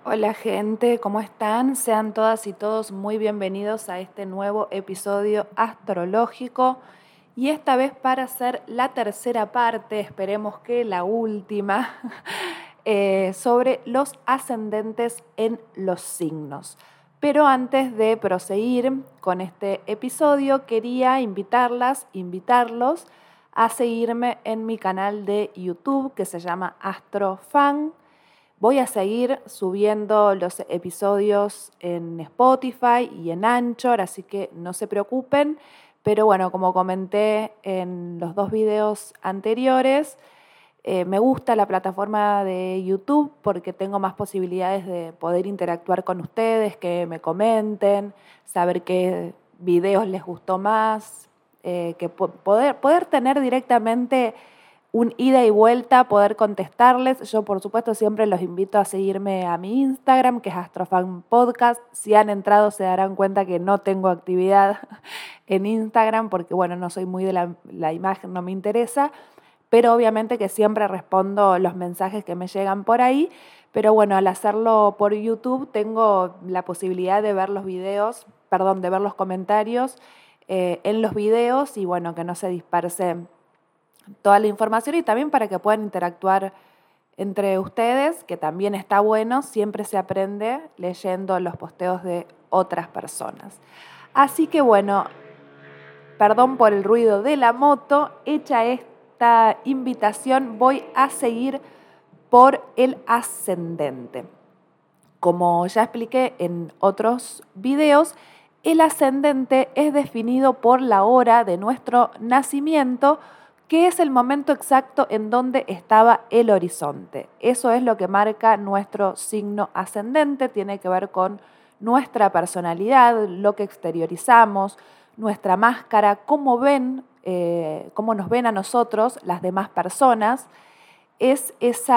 Hola gente, ¿cómo están? Sean todas y todos muy bienvenidos a este nuevo episodio astrológico y esta vez para hacer la tercera parte, esperemos que la última, sobre los ascendentes en los signos. Pero antes de proseguir con este episodio, quería invitarlos a seguirme en mi canal de YouTube que se llama Astrofan. Voy a seguir subiendo los episodios en Spotify y en Anchor, así que no se preocupen. Pero bueno, como comenté en los dos videos anteriores, me gusta la plataforma de YouTube porque tengo más posibilidades de poder interactuar con ustedes, que me comenten, saber qué videos les gustó más, que poder tener directamente un ida y vuelta, poder contestarles. Yo, por supuesto, siempre los invito a seguirme a mi Instagram, que es Astrofan Podcast. Si han entrado se darán cuenta que no tengo actividad en Instagram porque, bueno, no soy muy de la imagen, no me interesa, pero obviamente que siempre respondo los mensajes que me llegan por ahí. Pero bueno, al hacerlo por YouTube tengo la posibilidad de ver los videos, de ver los comentarios en los videos y bueno, que no se disperse toda la información y también para que puedan interactuar entre ustedes, que también está bueno, siempre se aprende leyendo los posteos de otras personas. Así que bueno, perdón por el ruido de la moto, hecha esta invitación, voy a seguir por el ascendente. Como ya expliqué en otros videos, el ascendente es definido por la hora de nuestro nacimiento, que es el momento exacto en donde estaba el horizonte. Eso es lo que marca nuestro signo ascendente, tiene que ver con nuestra personalidad, lo que exteriorizamos, nuestra máscara, cómo nos ven a nosotros las demás personas. Es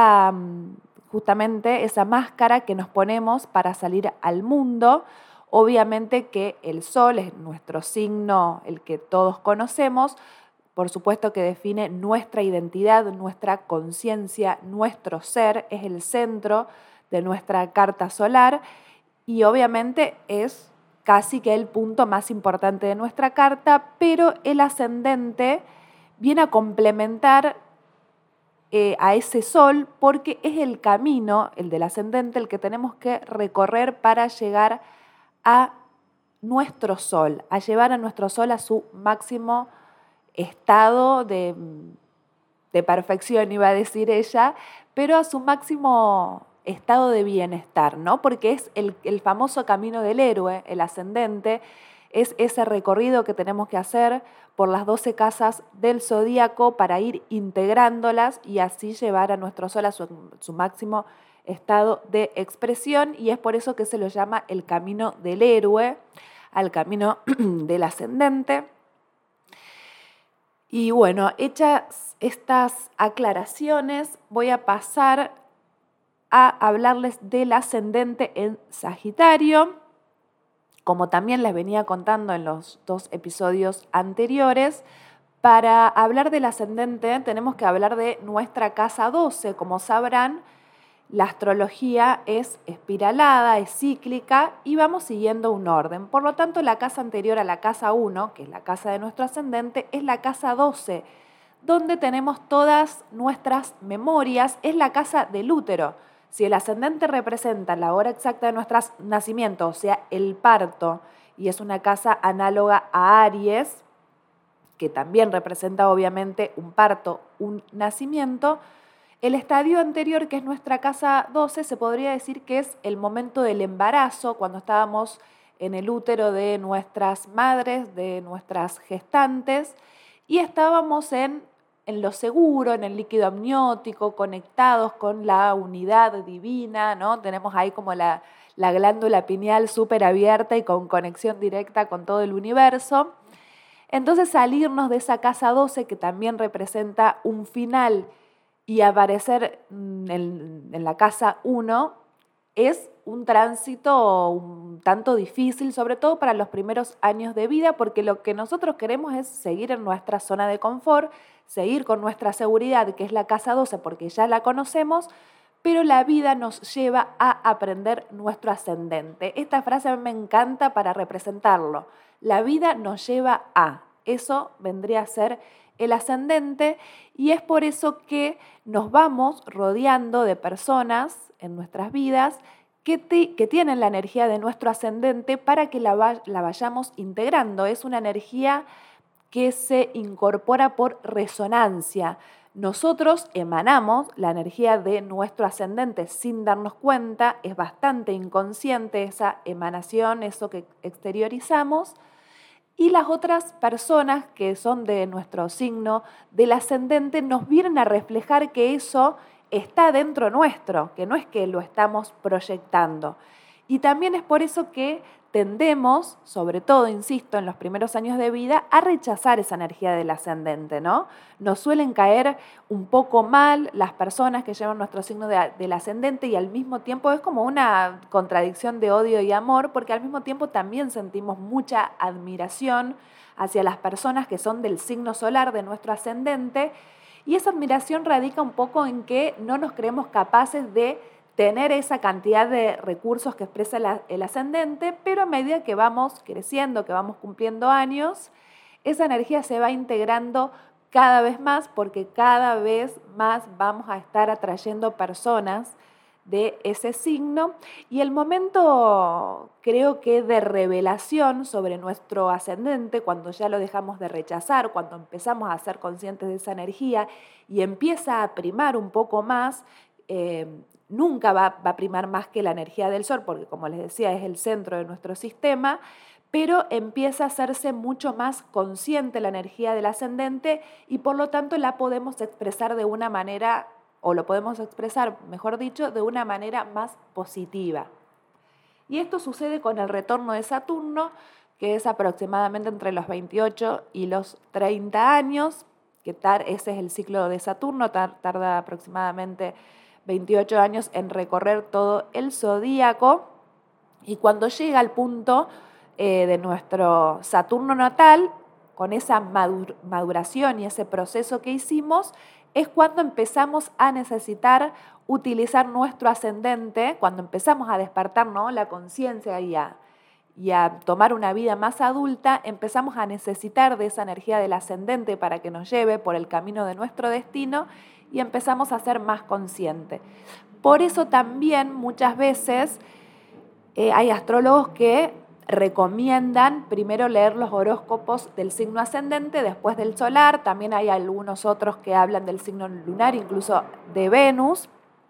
justamente esa máscara que nos ponemos para salir al mundo. Obviamente que el sol es nuestro signo, el que todos conocemos, por supuesto que define nuestra identidad, nuestra conciencia, nuestro ser, es el centro de nuestra carta solar y obviamente es casi que el punto más importante de nuestra carta, pero el ascendente viene a complementar a ese sol porque es el camino, el del ascendente, el que tenemos que recorrer para llegar a nuestro sol, a llevar a nuestro sol a su máximo estado de perfección, iba a decir ella, pero a su máximo estado de bienestar, ¿no? Porque es el famoso camino del héroe, el ascendente, es ese recorrido que tenemos que hacer por las 12 casas del zodíaco para ir integrándolas y así llevar a nuestro sol a su máximo estado de expresión, y es por eso que se lo llama el camino del héroe, al camino del ascendente. Y bueno, hechas estas aclaraciones, voy a pasar a hablarles del ascendente en Sagitario. Como también les venía contando en los dos episodios anteriores, para hablar del ascendente tenemos que hablar de nuestra casa 12. Como sabrán, la astrología es espiralada, es cíclica y vamos siguiendo un orden. Por lo tanto, la casa anterior a la casa 1, que es la casa de nuestro ascendente, es la casa 12, donde tenemos todas nuestras memorias, es la casa del útero. Si el ascendente representa la hora exacta de nuestro nacimiento, o sea, el parto, y es una casa análoga a Aries, que también representa obviamente un parto, un nacimiento, el estadio anterior, que es nuestra casa 12, se podría decir que es el momento del embarazo, cuando estábamos en el útero de nuestras madres, de nuestras gestantes, y estábamos en lo seguro, en el líquido amniótico, conectados con la unidad divina, ¿no? Tenemos ahí como la glándula pineal súper abierta y con conexión directa con todo el universo. Entonces salirnos de esa casa 12, que también representa un final, y aparecer en la casa 1 es un tránsito un tanto difícil, sobre todo para los primeros años de vida, porque lo que nosotros queremos es seguir en nuestra zona de confort, seguir con nuestra seguridad, que es la casa 12, porque ya la conocemos, pero la vida nos lleva a aprender nuestro ascendente. Esta frase a mí me encanta para representarlo. La vida nos lleva a, eso vendría a ser el ascendente, y es por eso que nos vamos rodeando de personas en nuestras vidas que tienen la energía de nuestro ascendente para que la vayamos integrando. Es una energía que se incorpora por resonancia. Nosotros emanamos la energía de nuestro ascendente sin darnos cuenta, es bastante inconsciente esa emanación, eso que exteriorizamos, y las otras personas que son de nuestro signo del ascendente nos vienen a reflejar que eso está dentro nuestro, que no es que lo estamos proyectando. Y también es por eso que tendemos, sobre todo, insisto, en los primeros años de vida, a rechazar esa energía del ascendente, ¿no? Nos suelen caer un poco mal las personas que llevan nuestro signo del ascendente, y al mismo tiempo es como una contradicción de odio y amor, porque al mismo tiempo también sentimos mucha admiración hacia las personas que son del signo solar de nuestro ascendente, y esa admiración radica un poco en que no nos creemos capaces de tener esa cantidad de recursos que expresa el ascendente, pero a medida que vamos creciendo, que vamos cumpliendo años, esa energía se va integrando cada vez más, porque cada vez más vamos a estar atrayendo personas de ese signo, y el momento, creo que de revelación sobre nuestro ascendente, cuando ya lo dejamos de rechazar, cuando empezamos a ser conscientes de esa energía y empieza a primar un poco más, nunca va a primar más que la energía del Sol, porque como les decía es el centro de nuestro sistema, pero empieza a hacerse mucho más consciente la energía del ascendente, y por lo tanto la podemos expresar de una manera, o lo podemos expresar, mejor dicho, de una manera más positiva. Y esto sucede con el retorno de Saturno, que es aproximadamente entre los 28 y los 30 años, que ese es el ciclo de Saturno, tarda aproximadamente 28 años en recorrer todo el zodíaco, y cuando llega al punto de nuestro Saturno natal, con esa maduración y ese proceso que hicimos, es cuando empezamos a necesitar utilizar nuestro ascendente, cuando empezamos a despertar, ¿no?, la conciencia y a tomar una vida más adulta, empezamos a necesitar de esa energía del ascendente para que nos lleve por el camino de nuestro destino, y empezamos a ser más conscientes. Por eso también muchas veces hay astrólogos que recomiendan primero leer los horóscopos del signo ascendente, después del solar. También hay algunos otros que hablan del signo lunar, incluso de Venus.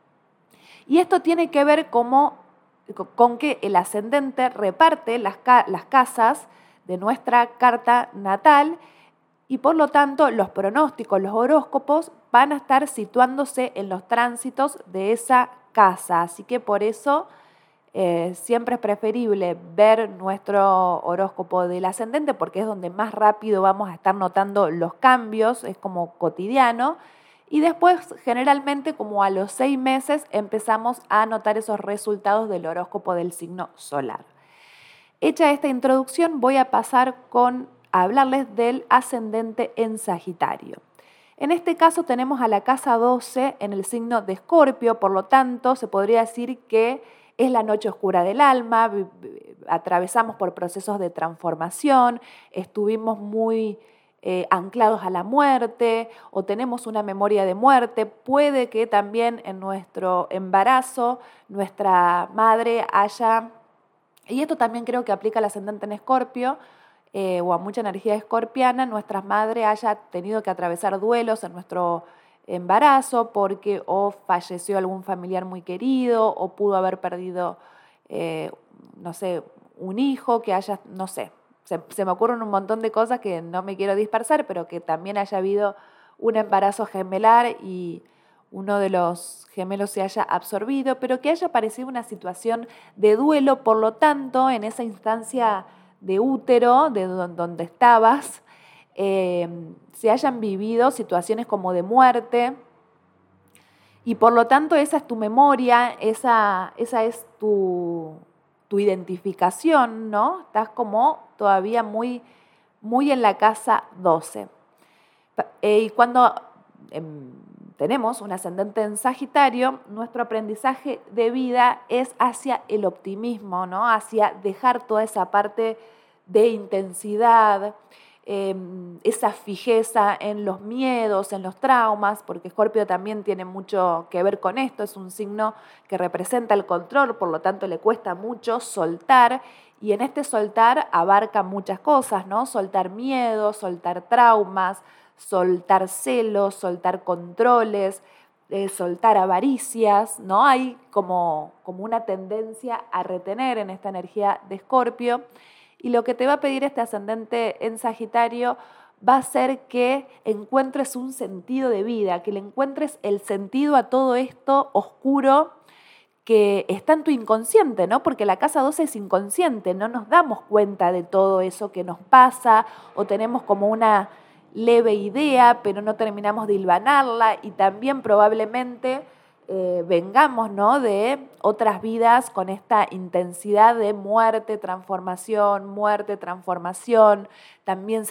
Y esto tiene que ver con que el ascendente reparte las casas de nuestra carta natal, y por lo tanto los pronósticos, los horóscopos van a estar situándose en los tránsitos de esa casa. Así que por eso siempre es preferible ver nuestro horóscopo del ascendente, porque es donde más rápido vamos a estar notando los cambios, es como cotidiano, y después generalmente como a los 6 meses empezamos a notar esos resultados del horóscopo del signo solar. Hecha esta introducción, voy a pasar a hablarles del ascendente en Sagitario. En este caso tenemos a la casa 12 en el signo de Escorpio, por lo tanto se podría decir que es la noche oscura del alma, atravesamos por procesos de transformación, estuvimos muy anclados a la muerte o tenemos una memoria de muerte. Puede que también en nuestro embarazo nuestra madre haya, y esto también creo que aplica al ascendente en Escorpio, o a mucha energía escorpiana, nuestra madre haya tenido que atravesar duelos en nuestro embarazo porque o falleció algún familiar muy querido o pudo haber perdido, un hijo que haya, se me ocurren un montón de cosas que no me quiero dispersar, pero que también haya habido un embarazo gemelar y uno de los gemelos se haya absorbido, pero que haya aparecido una situación de duelo, por lo tanto, en esa instancia de útero, de donde estabas, se hayan vivido situaciones como de muerte, y por lo tanto esa es tu memoria, esa es tu identificación, ¿no? Estás como todavía muy, muy en la casa 12. Y cuando tenemos un ascendente en Sagitario, nuestro aprendizaje de vida es hacia el optimismo, ¿no? Hacia dejar toda esa parte de intensidad, esa fijeza en los miedos, en los traumas, porque Escorpio también tiene mucho que ver con esto, es un signo que representa el control, por lo tanto le cuesta mucho soltar, y en este soltar abarca muchas cosas, ¿no? Soltar miedos, soltar traumas, soltar celos, soltar controles, soltar avaricias, ¿no? Hay como una tendencia a retener en esta energía de Escorpio. Y lo que te va a pedir este ascendente en Sagitario va a ser que encuentres un sentido de vida, que le encuentres el sentido a todo esto oscuro que está en tu inconsciente, ¿no? Porque la casa 12 es inconsciente, no nos damos cuenta de todo eso que nos pasa o tenemos como una leve idea, pero no terminamos de hilvanarla y también probablemente vengamos, ¿no? De otras vidas con esta intensidad de muerte, transformación, también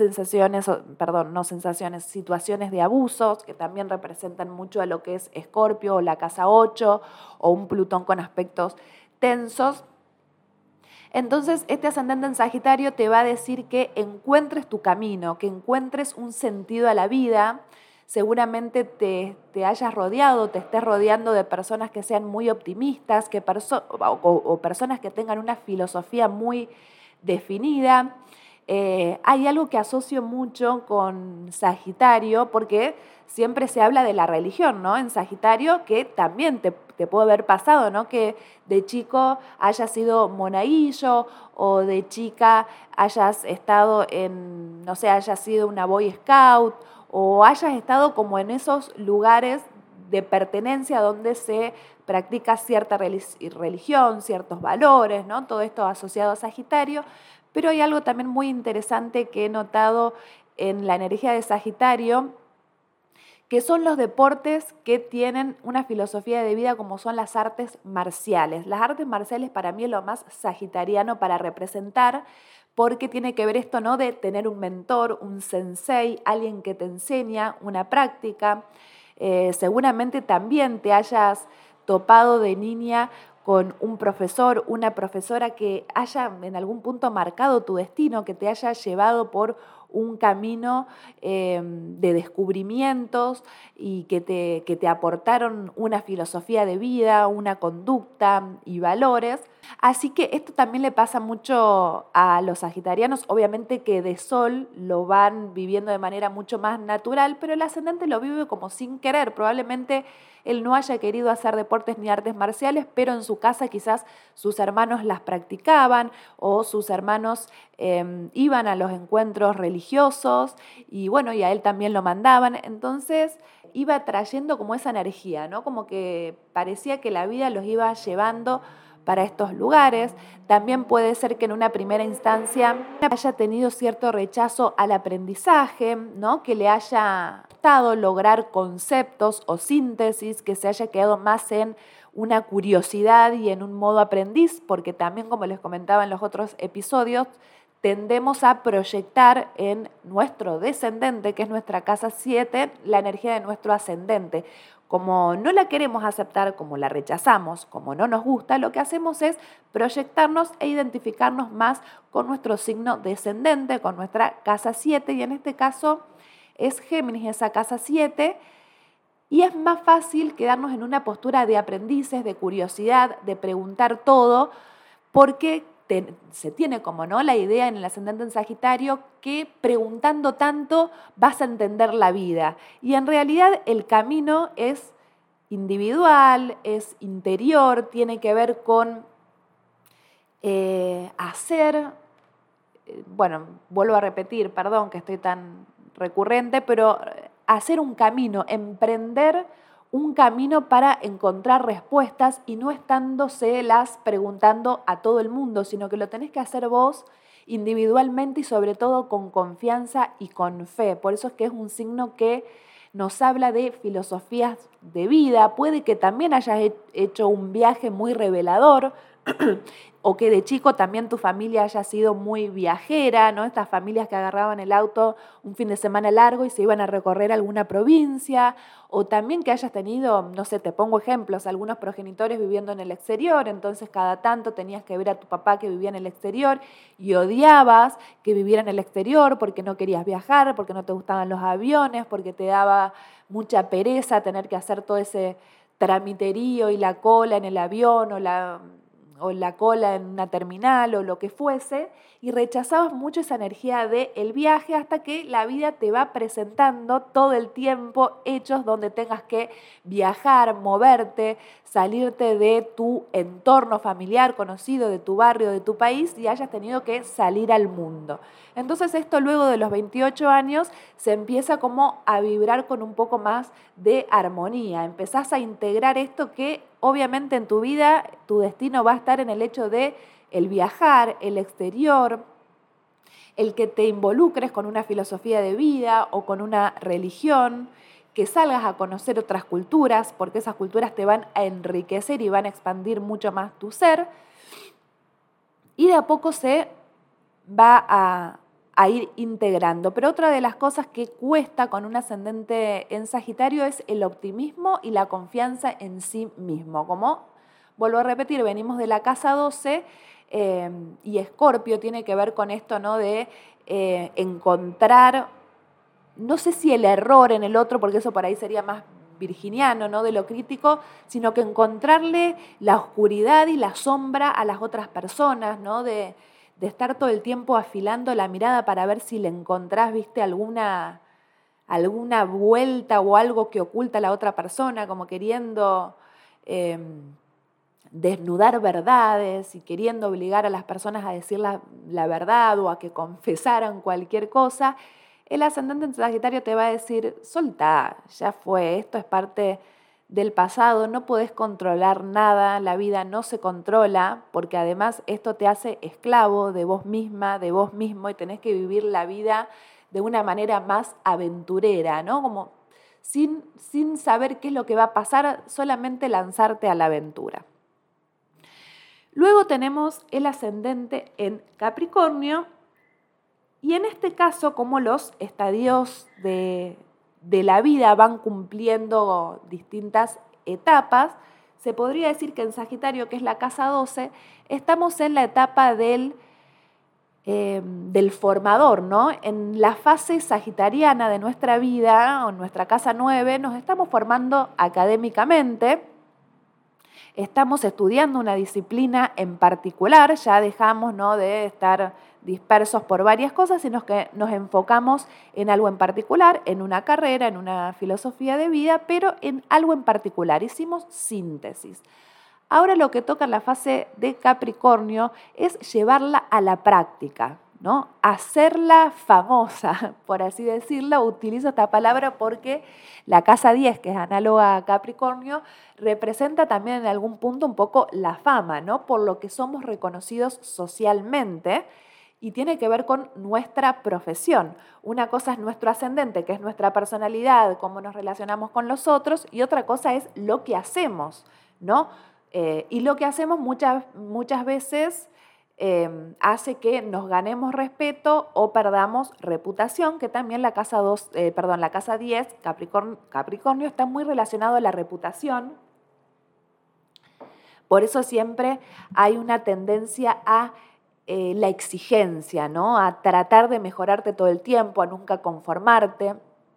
situaciones de abusos que también representan mucho a lo que es Escorpio o la casa 8 o un Plutón con aspectos tensos. Entonces, este ascendente en Sagitario te va a decir que encuentres tu camino, que encuentres un sentido a la vida. Seguramente te hayas rodeado, te estés rodeando de personas que sean muy optimistas, o personas que tengan una filosofía muy definida. Hay algo que asocio mucho con Sagitario, porque siempre se habla de la religión, ¿no? En Sagitario, que también te puede haber pasado, ¿no? Que de chico hayas sido monaguillo o de chica hayas estado hayas sido una Boy Scout o hayas estado como en esos lugares de pertenencia donde se practica cierta religión, ciertos valores, ¿no? Todo esto asociado a Sagitario. Pero hay algo también muy interesante que he notado en la energía de Sagitario, que son los deportes que tienen una filosofía de vida como son las artes marciales. Las artes marciales para mí es lo más sagitariano para representar, porque tiene que ver esto, ¿no? De tener un mentor, un sensei, alguien que te enseña una práctica. Seguramente también te hayas topado de niña con un profesor, una profesora que haya en algún punto marcado tu destino, que te haya llevado por un camino de descubrimientos y que te aportaron una filosofía de vida, una conducta y valores. Así que esto también le pasa mucho a los sagitarianos, obviamente que de sol lo van viviendo de manera mucho más natural, pero el ascendente lo vive como sin querer. Probablemente él no haya querido hacer deportes ni artes marciales, pero en su casa quizás sus hermanos las practicaban o sus hermanos iban a los encuentros religiosos y bueno, y a él también lo mandaban. Entonces iba trayendo como esa energía, ¿no? Como que parecía que la vida los iba llevando para estos lugares. También puede ser que en una primera instancia haya tenido cierto rechazo al aprendizaje, ¿no? Que le haya costado lograr conceptos o síntesis, que se haya quedado más en una curiosidad y en un modo aprendiz, porque también, como les comentaba en los otros episodios, tendemos a proyectar en nuestro descendente, que es nuestra casa 7, la energía de nuestro ascendente. Como no la queremos aceptar, como la rechazamos, como no nos gusta, lo que hacemos es proyectarnos e identificarnos más con nuestro signo descendente, con nuestra casa 7, y en este caso es Géminis, esa casa 7, y es más fácil quedarnos en una postura de aprendices, de curiosidad, de preguntar todo, porque se tiene como no la idea en el ascendente en Sagitario que preguntando tanto vas a entender la vida. Y en realidad el camino es individual, es interior, tiene que ver con vuelvo a repetir, perdón que estoy tan recurrente, pero hacer un camino, emprender un camino para encontrar respuestas y no estándoselas preguntando a todo el mundo, sino que lo tenés que hacer vos individualmente y sobre todo con confianza y con fe. Por eso es que es un signo que nos habla de filosofías de vida. Puede que también hayas hecho un viaje muy revelador, o que de chico también tu familia haya sido muy viajera, ¿no? Estas familias que agarraban el auto un fin de semana largo y se iban a recorrer alguna provincia, o también que hayas tenido, no sé, te pongo ejemplos, algunos progenitores viviendo en el exterior, entonces cada tanto tenías que ver a tu papá que vivía en el exterior y odiabas que viviera en el exterior porque no querías viajar, porque no te gustaban los aviones, porque te daba mucha pereza tener que hacer todo ese tramiterío y la cola en el avión o la cola en una terminal o lo que fuese, y rechazabas mucho esa energía del viaje hasta que la vida te va presentando todo el tiempo hechos donde tengas que viajar, moverte, salirte de tu entorno familiar conocido, de tu barrio, de tu país, y hayas tenido que salir al mundo. Entonces esto luego de los 28 años se empieza como a vibrar con un poco más de armonía. Empezás a integrar esto que obviamente en tu vida tu destino va a estar en el hecho de el viajar, el exterior, el que te involucres con una filosofía de vida o con una religión, que salgas a conocer otras culturas, porque esas culturas te van a enriquecer y van a expandir mucho más tu ser, y de a poco se va a ir integrando. Pero otra de las cosas que cuesta con un ascendente en Sagitario es el optimismo y la confianza en sí mismo. Como, vuelvo a repetir, venimos de la casa 12 y Escorpio tiene que ver con esto, ¿no? De encontrar, no sé si el error en el otro, porque eso por ahí sería más virginiano, ¿no? De lo crítico, sino que encontrarle la oscuridad y la sombra a las otras personas, ¿no? De estar todo el tiempo afilando la mirada para ver si le encontrás, viste, alguna vuelta o algo que oculta a la otra persona, como queriendo desnudar verdades y queriendo obligar a las personas a decir la verdad o a que confesaran cualquier cosa. El ascendente en Sagitario te va a decir, soltá, ya fue, esto es parte del pasado, no podés controlar nada, la vida no se controla, porque además esto te hace esclavo de vos misma, de vos mismo, y tenés que vivir la vida de una manera más aventurera, ¿no? Como sin saber qué es lo que va a pasar, solamente lanzarte a la aventura. Luego tenemos el ascendente en Capricornio, y en este caso, como los estadios de la vida van cumpliendo distintas etapas, se podría decir que en Sagitario, que es la casa 12, estamos en la etapa del formador, ¿no? En la fase sagitariana de nuestra vida, o en nuestra casa 9, nos estamos formando académicamente. Estamos estudiando una disciplina en particular, ya dejamos, ¿no? de estar dispersos por varias cosas, sino que nos enfocamos en algo en particular, en una carrera, en una filosofía de vida, pero en algo en particular. Hicimos síntesis. Ahora lo que toca en la fase de Capricornio es llevarla a la práctica, ¿no? Hacerla famosa, por así decirlo. Utilizo esta palabra porque la casa 10, que es análoga a Capricornio, representa también en algún punto un poco la fama, ¿no? Por lo que somos reconocidos socialmente, y tiene que ver con nuestra profesión. Una cosa es nuestro ascendente, que es nuestra personalidad, cómo nos relacionamos con los otros, y otra cosa es lo que hacemos, ¿no? Y lo que hacemos muchas veces hace que nos ganemos respeto o perdamos reputación, que también la casa 10, Capricornio, está muy relacionado a la reputación. Por eso siempre hay una tendencia a la exigencia, ¿no? A tratar de mejorarte todo el tiempo, a nunca conformarte.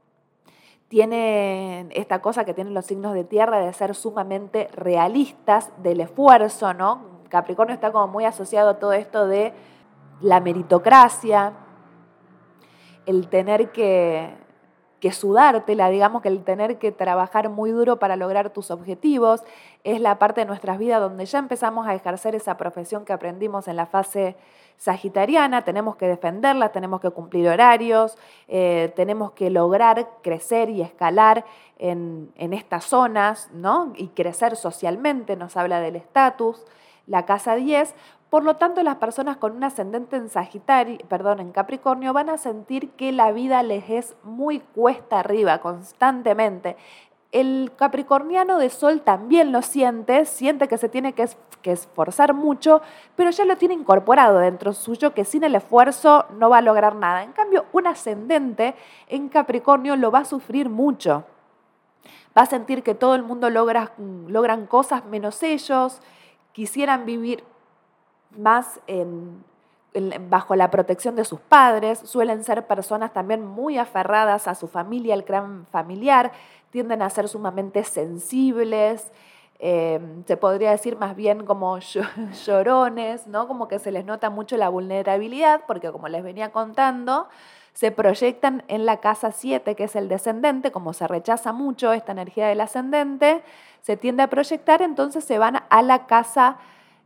Tienen esta cosa que tienen los signos de tierra de ser sumamente realistas del esfuerzo, ¿no? Capricornio está como muy asociado a todo esto de la meritocracia, el tener que sudártela, digamos que el tener que trabajar muy duro para lograr tus objetivos. Es la parte de nuestras vidas donde ya empezamos a ejercer esa profesión que aprendimos en la fase sagitariana. Tenemos que defenderla, tenemos que cumplir horarios, tenemos que lograr crecer y escalar en estas zonas, ¿no? Y crecer socialmente, nos habla del estatus. La casa 10, por lo tanto, las personas con un ascendente en Capricornio van a sentir que la vida les es muy cuesta arriba constantemente. El capricorniano de Sol también lo siente que se tiene que esforzar mucho, pero ya lo tiene incorporado dentro suyo, que sin el esfuerzo no va a lograr nada. En cambio, un ascendente en Capricornio lo va a sufrir mucho. Va a sentir que todo el mundo logran cosas menos ellos, quisieran vivir más bajo la protección de sus padres, suelen ser personas también muy aferradas a su familia, al clan familiar, tienden a ser sumamente sensibles, se podría decir más bien como llorones, ¿no? Como que se les nota mucho la vulnerabilidad, porque como les venía contando, se proyectan en la casa 7, que es el descendente, como se rechaza mucho esta energía del ascendente, se tiende a proyectar, entonces se van a la casa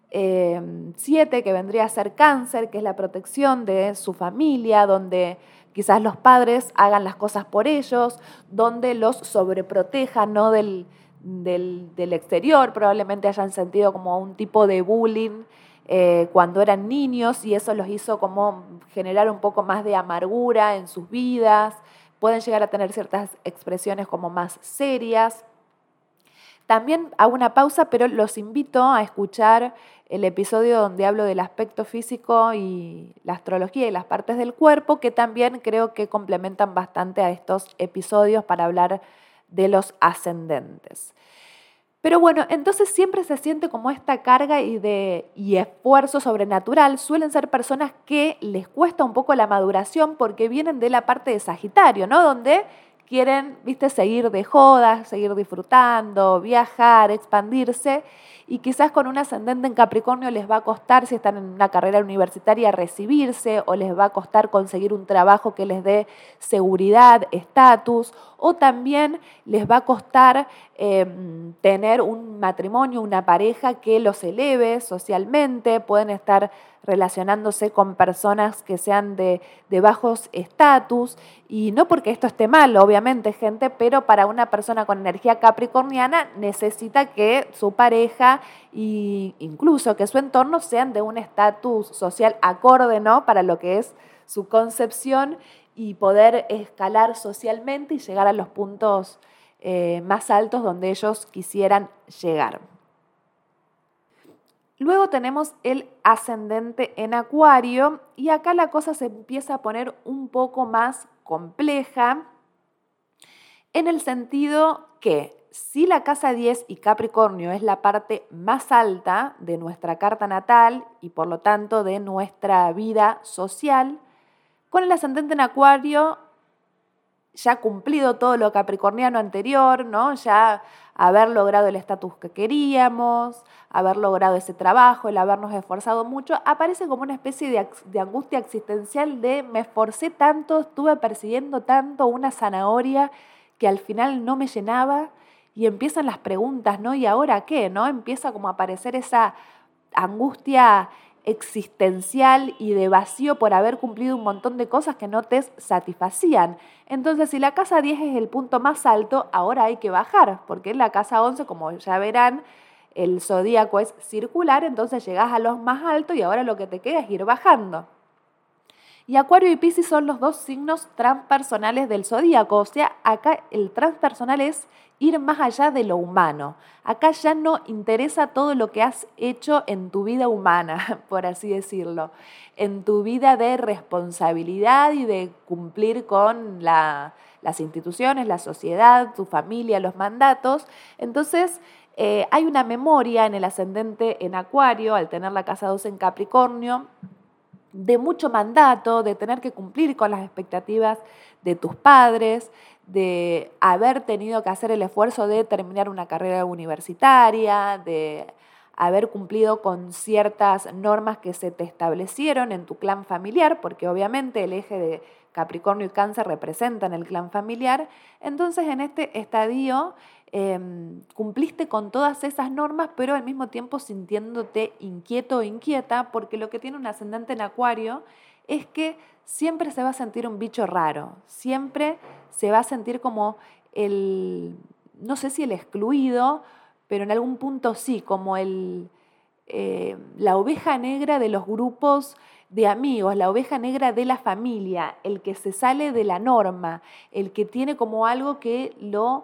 7, que vendría a ser Cáncer, que es la protección de su familia, donde quizás los padres hagan las cosas por ellos, donde los sobreprotejan, ¿no? del exterior, probablemente hayan sentido como un tipo de bullying cuando eran niños y eso los hizo como generar un poco más de amargura en sus vidas, pueden llegar a tener ciertas expresiones como más serias. También hago una pausa, pero los invito a escuchar el episodio donde hablo del aspecto físico y la astrología y las partes del cuerpo, que también creo que complementan bastante a estos episodios para hablar de los ascendentes. Pero bueno, entonces siempre se siente como esta carga y esfuerzo sobrenatural. Suelen ser personas que les cuesta un poco la maduración porque vienen de la parte de Sagitario, ¿no? Donde quieren, seguir de jodas, seguir disfrutando, viajar, expandirse, y quizás con un ascendente en Capricornio les va a costar, si están en una carrera universitaria, recibirse, o les va a costar conseguir un trabajo que les dé seguridad, estatus, o también les va a costar tener un matrimonio, una pareja que los eleve socialmente, pueden estar relacionándose con personas que sean de bajos estatus, y no porque esto esté mal, obviamente, gente, pero para una persona con energía capricorniana necesita que su pareja e incluso que su entorno sean de un estatus social acorde, ¿no? Para lo que es su concepción y poder escalar socialmente y llegar a los puntos más altos donde ellos quisieran llegar. Luego tenemos el ascendente en Acuario y acá la cosa se empieza a poner un poco más compleja en el sentido que si la casa 10 y Capricornio es la parte más alta de nuestra carta natal y por lo tanto de nuestra vida social, con el ascendente en Acuario ya cumplido todo lo capricorniano anterior, ¿no? Ya haber logrado el estatus que queríamos, haber logrado ese trabajo, el habernos esforzado mucho, aparece como una especie de angustia existencial de me esforcé tanto, estuve persiguiendo tanto una zanahoria que al final no me llenaba, y empiezan las preguntas, ¿no? ¿Y ahora qué? ¿No? Empieza como a aparecer esa angustia existencial y de vacío por haber cumplido un montón de cosas que no te satisfacían. Entonces, si la casa 10 es el punto más alto, ahora hay que bajar, porque en la casa 11, como ya verán, el zodíaco es circular, entonces llegás a los más altos y ahora lo que te queda es ir bajando. Y Acuario y Piscis son los dos signos transpersonales del zodíaco, o sea, acá el transpersonal es ir más allá de lo humano. Acá ya no interesa todo lo que has hecho en tu vida humana, por así decirlo, en tu vida de responsabilidad y de cumplir con las instituciones, la sociedad, tu familia, los mandatos. Entonces, hay una memoria en el ascendente en Acuario, al tener la casa 2 en Capricornio, de mucho mandato, de tener que cumplir con las expectativas de tus padres, de haber tenido que hacer el esfuerzo de terminar una carrera universitaria, de haber cumplido con ciertas normas que se te establecieron en tu clan familiar, porque obviamente el eje de Capricornio y Cáncer representan el clan familiar. Entonces, en este estadio cumpliste con todas esas normas, pero al mismo tiempo sintiéndote inquieto o inquieta, porque lo que tiene un ascendente en Acuario es que siempre se va a sentir un bicho raro, siempre se va a sentir como no sé si el excluido, pero en algún punto sí, como la oveja negra de los grupos de amigos, la oveja negra de la familia, el que se sale de la norma, el que tiene como algo que lo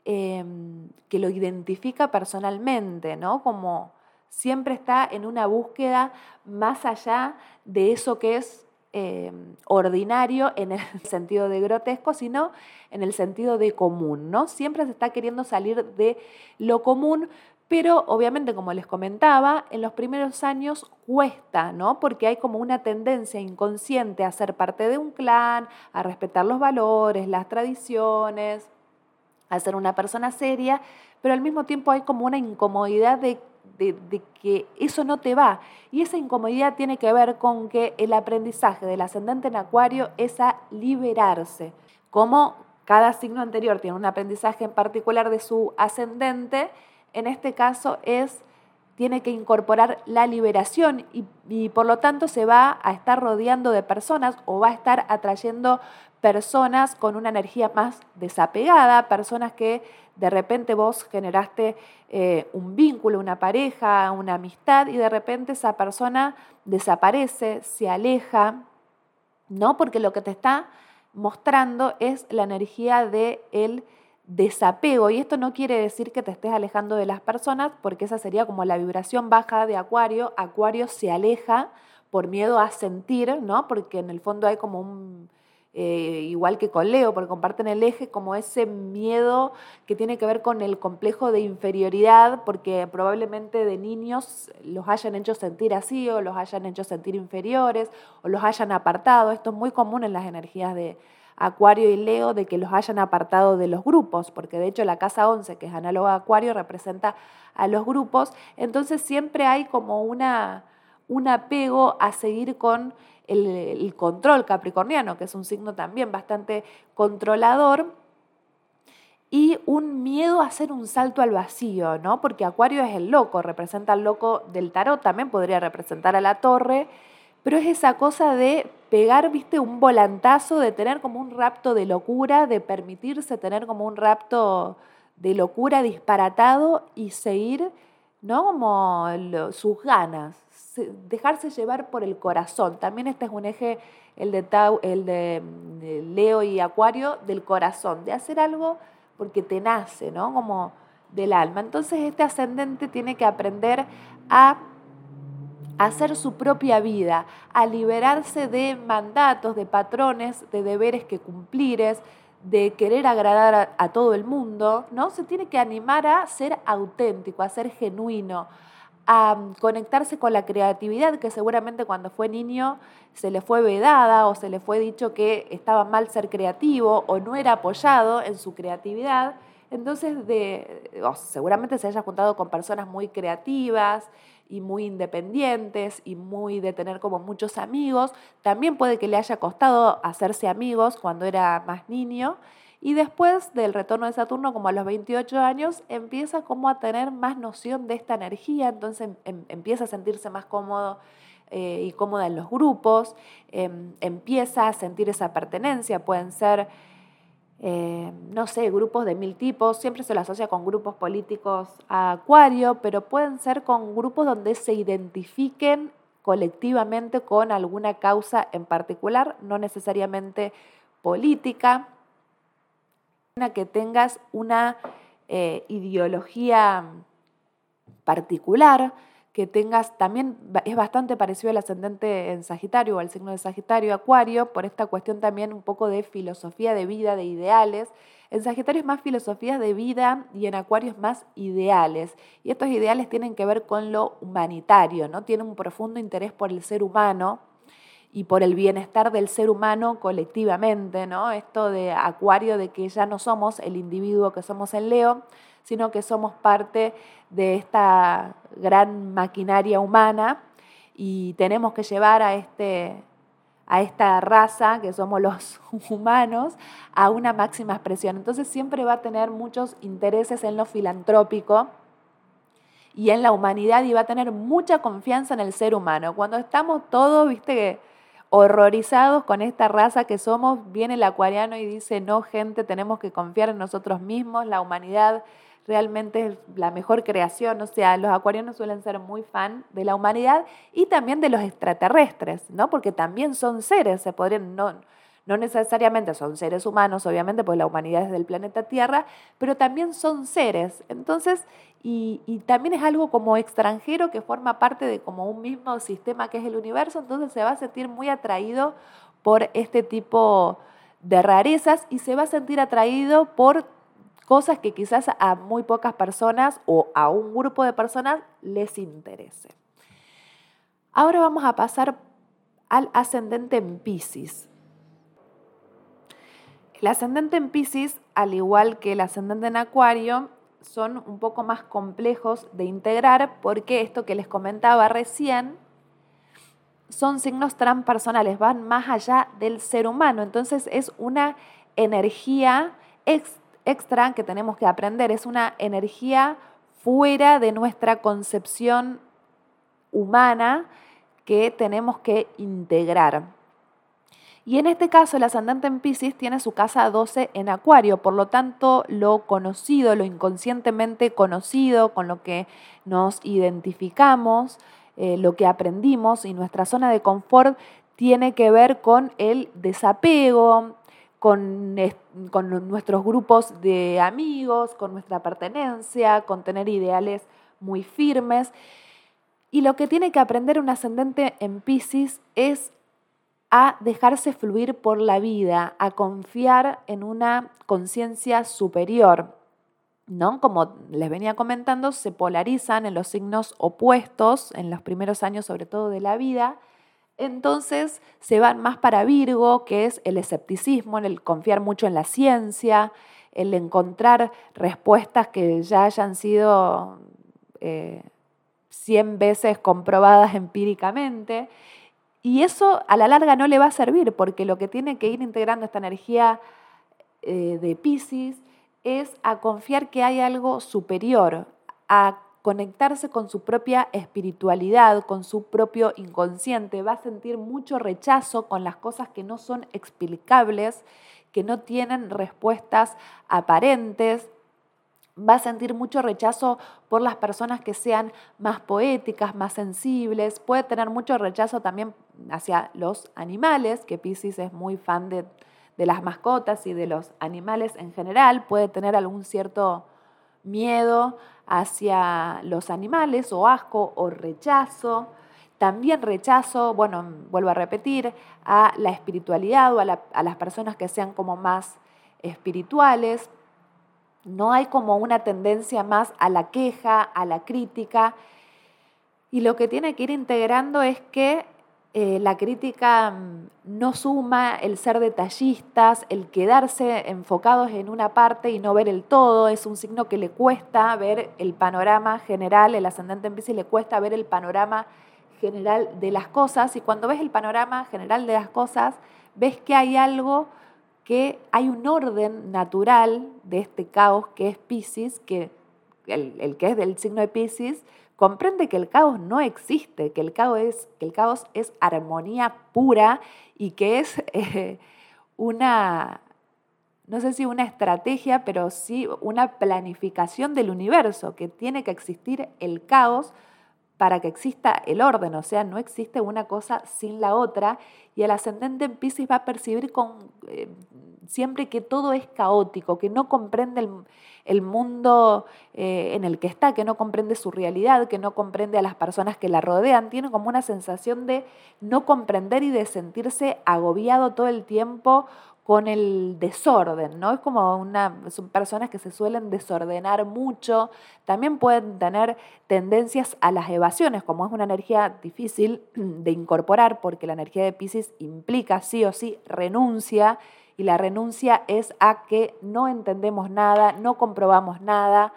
que lo identifica personalmente, ¿no? Como siempre está en una búsqueda más allá de eso que es ordinario en el sentido de grotesco, sino en el sentido de común, ¿no? Siempre se está queriendo salir de lo común, pero obviamente, como les comentaba, en los primeros años cuesta, ¿no? Porque hay como una tendencia inconsciente a ser parte de un clan, a respetar los valores, las tradiciones, a ser una persona seria, pero al mismo tiempo hay como una incomodidad de que eso no te va. Y esa incomodidad tiene que ver con que el aprendizaje del ascendente en Acuario es a liberarse. Como cada signo anterior tiene un aprendizaje en particular de su ascendente, en este caso tiene que incorporar la liberación y por lo tanto se va a estar rodeando de personas o va a estar atrayendo personas con una energía más desapegada, personas que de repente vos generaste un vínculo, una pareja, una amistad y de repente esa persona desaparece, se aleja, ¿no? Porque lo que te está mostrando es la energía del desapego y esto no quiere decir que te estés alejando de las personas porque esa sería como la vibración baja de Acuario. Acuario se aleja por miedo a sentir, ¿no? Porque en el fondo hay como igual que con Leo, porque comparten el eje, como ese miedo que tiene que ver con el complejo de inferioridad, porque probablemente de niños los hayan hecho sentir así, o los hayan hecho sentir inferiores, o los hayan apartado. Esto es muy común en las energías de Acuario y Leo, de que los hayan apartado de los grupos, porque de hecho la casa 11, que es análoga a Acuario, representa a los grupos. Entonces siempre hay como un apego a seguir con el control capricorniano, que es un signo también bastante controlador, y un miedo a hacer un salto al vacío, ¿no? Porque Acuario es el loco, representa al loco del tarot, también podría representar a la torre, pero es esa cosa de pegar, viste, un volantazo, de tener como un rapto de locura, de permitirse tener como un rapto de locura disparatado y seguir, ¿no? Como sus ganas, dejarse llevar por el corazón. También este es un eje, el de Leo y Acuario, del corazón, de hacer algo porque te nace, ¿no? Como del alma. Entonces este ascendente tiene que aprender a hacer su propia vida, a liberarse de mandatos, de patrones, de deberes que cumplir, de querer agradar a todo el mundo, ¿no? Se tiene que animar a ser auténtico, a ser genuino, a conectarse con la creatividad, que seguramente cuando fue niño se le fue vedada o se le fue dicho que estaba mal ser creativo o no era apoyado en su creatividad. Entonces, seguramente se haya juntado con personas muy creativas y muy independientes y muy de tener como muchos amigos. También puede que le haya costado hacerse amigos cuando era más niño. Y después del retorno de Saturno, como a los 28 años, empieza como a tener más noción de esta energía, entonces empieza a sentirse más cómodo y cómoda en los grupos, empieza a sentir esa pertenencia, pueden ser, no sé, grupos de 1000 tipos, siempre se lo asocia con grupos políticos a Acuario, pero pueden ser con grupos donde se identifiquen colectivamente con alguna causa en particular, no necesariamente política, que tengas una ideología particular, que tengas, también es bastante parecido al ascendente en Sagitario o al signo de Sagitario, Acuario, por esta cuestión también un poco de filosofía de vida, de ideales. En Sagitario es más filosofías de vida y en Acuario es más ideales. Y estos ideales tienen que ver con lo humanitario, ¿no? Tienen un profundo interés por el ser humano y por el bienestar del ser humano colectivamente, ¿no? Esto de Acuario, de que ya no somos el individuo que somos en Leo, sino que somos parte de esta gran maquinaria humana y tenemos que llevar a esta raza, que somos los humanos, a una máxima expresión. Entonces siempre va a tener muchos intereses en lo filantrópico y en la humanidad y va a tener mucha confianza en el ser humano. Cuando estamos todos, viste, horrorizados con esta raza que somos, viene el acuariano y dice, no, gente, tenemos que confiar en nosotros mismos, la humanidad realmente es la mejor creación. O sea, los acuarianos suelen ser muy fan de la humanidad y también de los extraterrestres, ¿no? Porque también son seres, se podrían, No necesariamente son seres humanos, obviamente, porque la humanidad es del planeta Tierra, pero también son seres. Entonces, y también es algo como extranjero que forma parte de como un mismo sistema que es el universo, entonces se va a sentir muy atraído por este tipo de rarezas y se va a sentir atraído por cosas que quizás a muy pocas personas o a un grupo de personas les interese. Ahora vamos a pasar al ascendente en Piscis. El ascendente en Piscis, al igual que el ascendente en Acuario, son un poco más complejos de integrar porque esto que les comentaba recién son signos transpersonales, van más allá del ser humano. Entonces es una energía extra que tenemos que aprender, es una energía fuera de nuestra concepción humana que tenemos que integrar. Y en este caso el ascendente en Piscis tiene su casa 12 en Acuario, por lo tanto lo conocido, lo inconscientemente conocido, con lo que nos identificamos, lo que aprendimos y nuestra zona de confort tiene que ver con el desapego, con nuestros grupos de amigos, con nuestra pertenencia, con tener ideales muy firmes. Y lo que tiene que aprender un ascendente en Piscis es a dejarse fluir por la vida, a confiar en una conciencia superior, ¿no? Como les venía comentando, se polarizan en los signos opuestos en los primeros años, sobre todo de la vida. Entonces se van más para Virgo, que es el escepticismo, el confiar mucho en la ciencia, el encontrar respuestas que ya hayan sido 100 veces comprobadas empíricamente. Y eso a la larga no le va a servir, porque lo que tiene que ir integrando esta energía de Piscis es a confiar que hay algo superior, a conectarse con su propia espiritualidad, con su propio inconsciente. Va a sentir mucho rechazo con las cosas que no son explicables, que no tienen respuestas aparentes. Va a sentir mucho rechazo por las personas que sean más poéticas, más sensibles. Puede tener mucho rechazo también hacia los animales, que Piscis es muy fan de las mascotas y de los animales en general. Puede tener algún cierto miedo hacia los animales o asco o rechazo. También rechazo, bueno, vuelvo a repetir, a la espiritualidad o a las personas que sean como más espirituales. No hay como una tendencia más a la queja, a la crítica. Y lo que tiene que ir integrando es que la crítica no suma, el ser detallistas, el quedarse enfocados en una parte y no ver el todo. Es un signo que le cuesta ver el panorama general, el ascendente en Piscis le cuesta ver el panorama general de las cosas. Y cuando ves el panorama general de las cosas, ves que hay algo, que hay un orden natural de este caos que es Piscis, que el que es del signo de Piscis, comprende que el caos no existe, que el caos es armonía pura y que es una, no sé si una estrategia, pero sí una planificación del universo, que tiene que existir el caos para que exista el orden, o sea, no existe una cosa sin la otra, y el ascendente en Piscis va a percibir siempre que todo es caótico, que no comprende el mundo en el que está, que no comprende su realidad, que no comprende a las personas que la rodean, tiene como una sensación de no comprender y de sentirse agobiado todo el tiempo con el desorden, ¿no? Es como son personas que se suelen desordenar mucho, también pueden tener tendencias a las evasiones, como es una energía difícil de incorporar, porque la energía de Piscis implica sí o sí renuncia, y la renuncia es a que no entendemos nada, no comprobamos nada,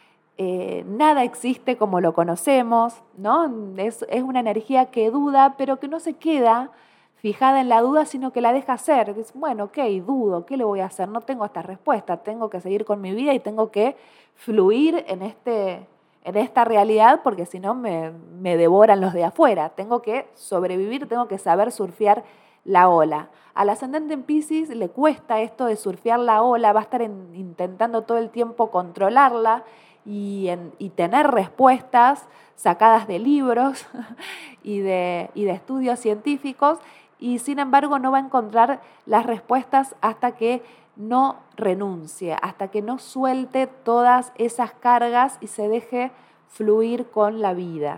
nada existe como lo conocemos, ¿no? Es una energía que duda, pero que no se queda fijada en la duda, sino que la deja ser. Dice, bueno, ok, dudo, ¿qué le voy a hacer? No tengo esta respuesta, tengo que seguir con mi vida y tengo que fluir en esta realidad, porque si no me devoran los de afuera. Tengo que sobrevivir, tengo que saber surfear la ola. Al ascendente en Piscis le cuesta esto de surfear la ola, va a estar intentando todo el tiempo controlarla y tener respuestas sacadas de libros y de estudios científicos, y sin embargo no va a encontrar las respuestas hasta que no renuncie, hasta que no suelte todas esas cargas y se deje fluir con la vida.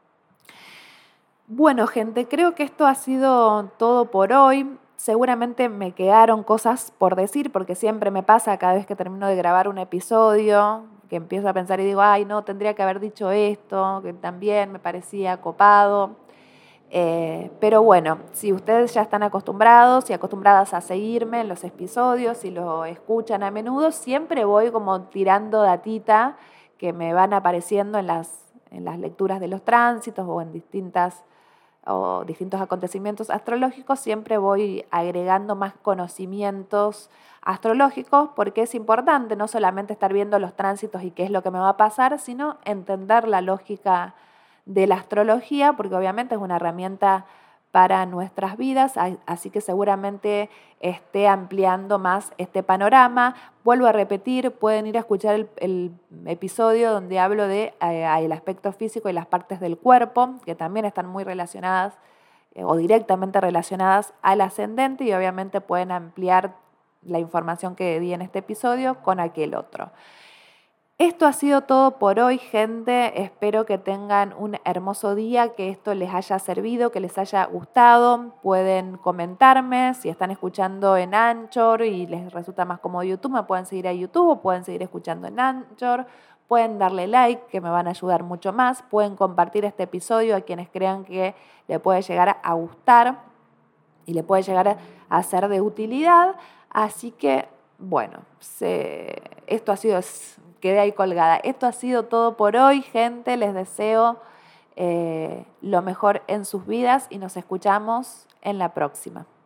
Bueno, gente, creo que esto ha sido todo por hoy. Seguramente me quedaron cosas por decir, porque siempre me pasa cada vez que termino de grabar un episodio, que empiezo a pensar y digo, ay, no, tendría que haber dicho esto, que también me parecía copado. Pero bueno, si ustedes ya están acostumbrados y acostumbradas a seguirme en los episodios y lo escuchan a menudo, siempre voy como tirando datita que me van apareciendo en las lecturas de los tránsitos o en distintos acontecimientos astrológicos, siempre voy agregando más conocimientos astrológicos porque es importante no solamente estar viendo los tránsitos y qué es lo que me va a pasar, sino entender la lógica de la astrología, porque obviamente es una herramienta para nuestras vidas, así que seguramente esté ampliando más este panorama. Vuelvo a repetir, pueden ir a escuchar el episodio donde hablo de el aspecto físico y las partes del cuerpo, que también están muy relacionadas o directamente relacionadas al ascendente, y obviamente pueden ampliar la información que di en este episodio con aquel otro. Esto ha sido todo por hoy, gente. Espero que tengan un hermoso día, que esto les haya servido, que les haya gustado. Pueden comentarme si están escuchando en Anchor y les resulta más cómodo YouTube, me pueden seguir a YouTube o pueden seguir escuchando en Anchor. Pueden darle like, que me van a ayudar mucho más. Pueden compartir este episodio a quienes crean que le puede llegar a gustar y le puede llegar a ser de utilidad. Así que, bueno, esto ha sido... Quedé ahí colgada. Esto ha sido todo por hoy, gente. Les deseo lo mejor en sus vidas y nos escuchamos en la próxima.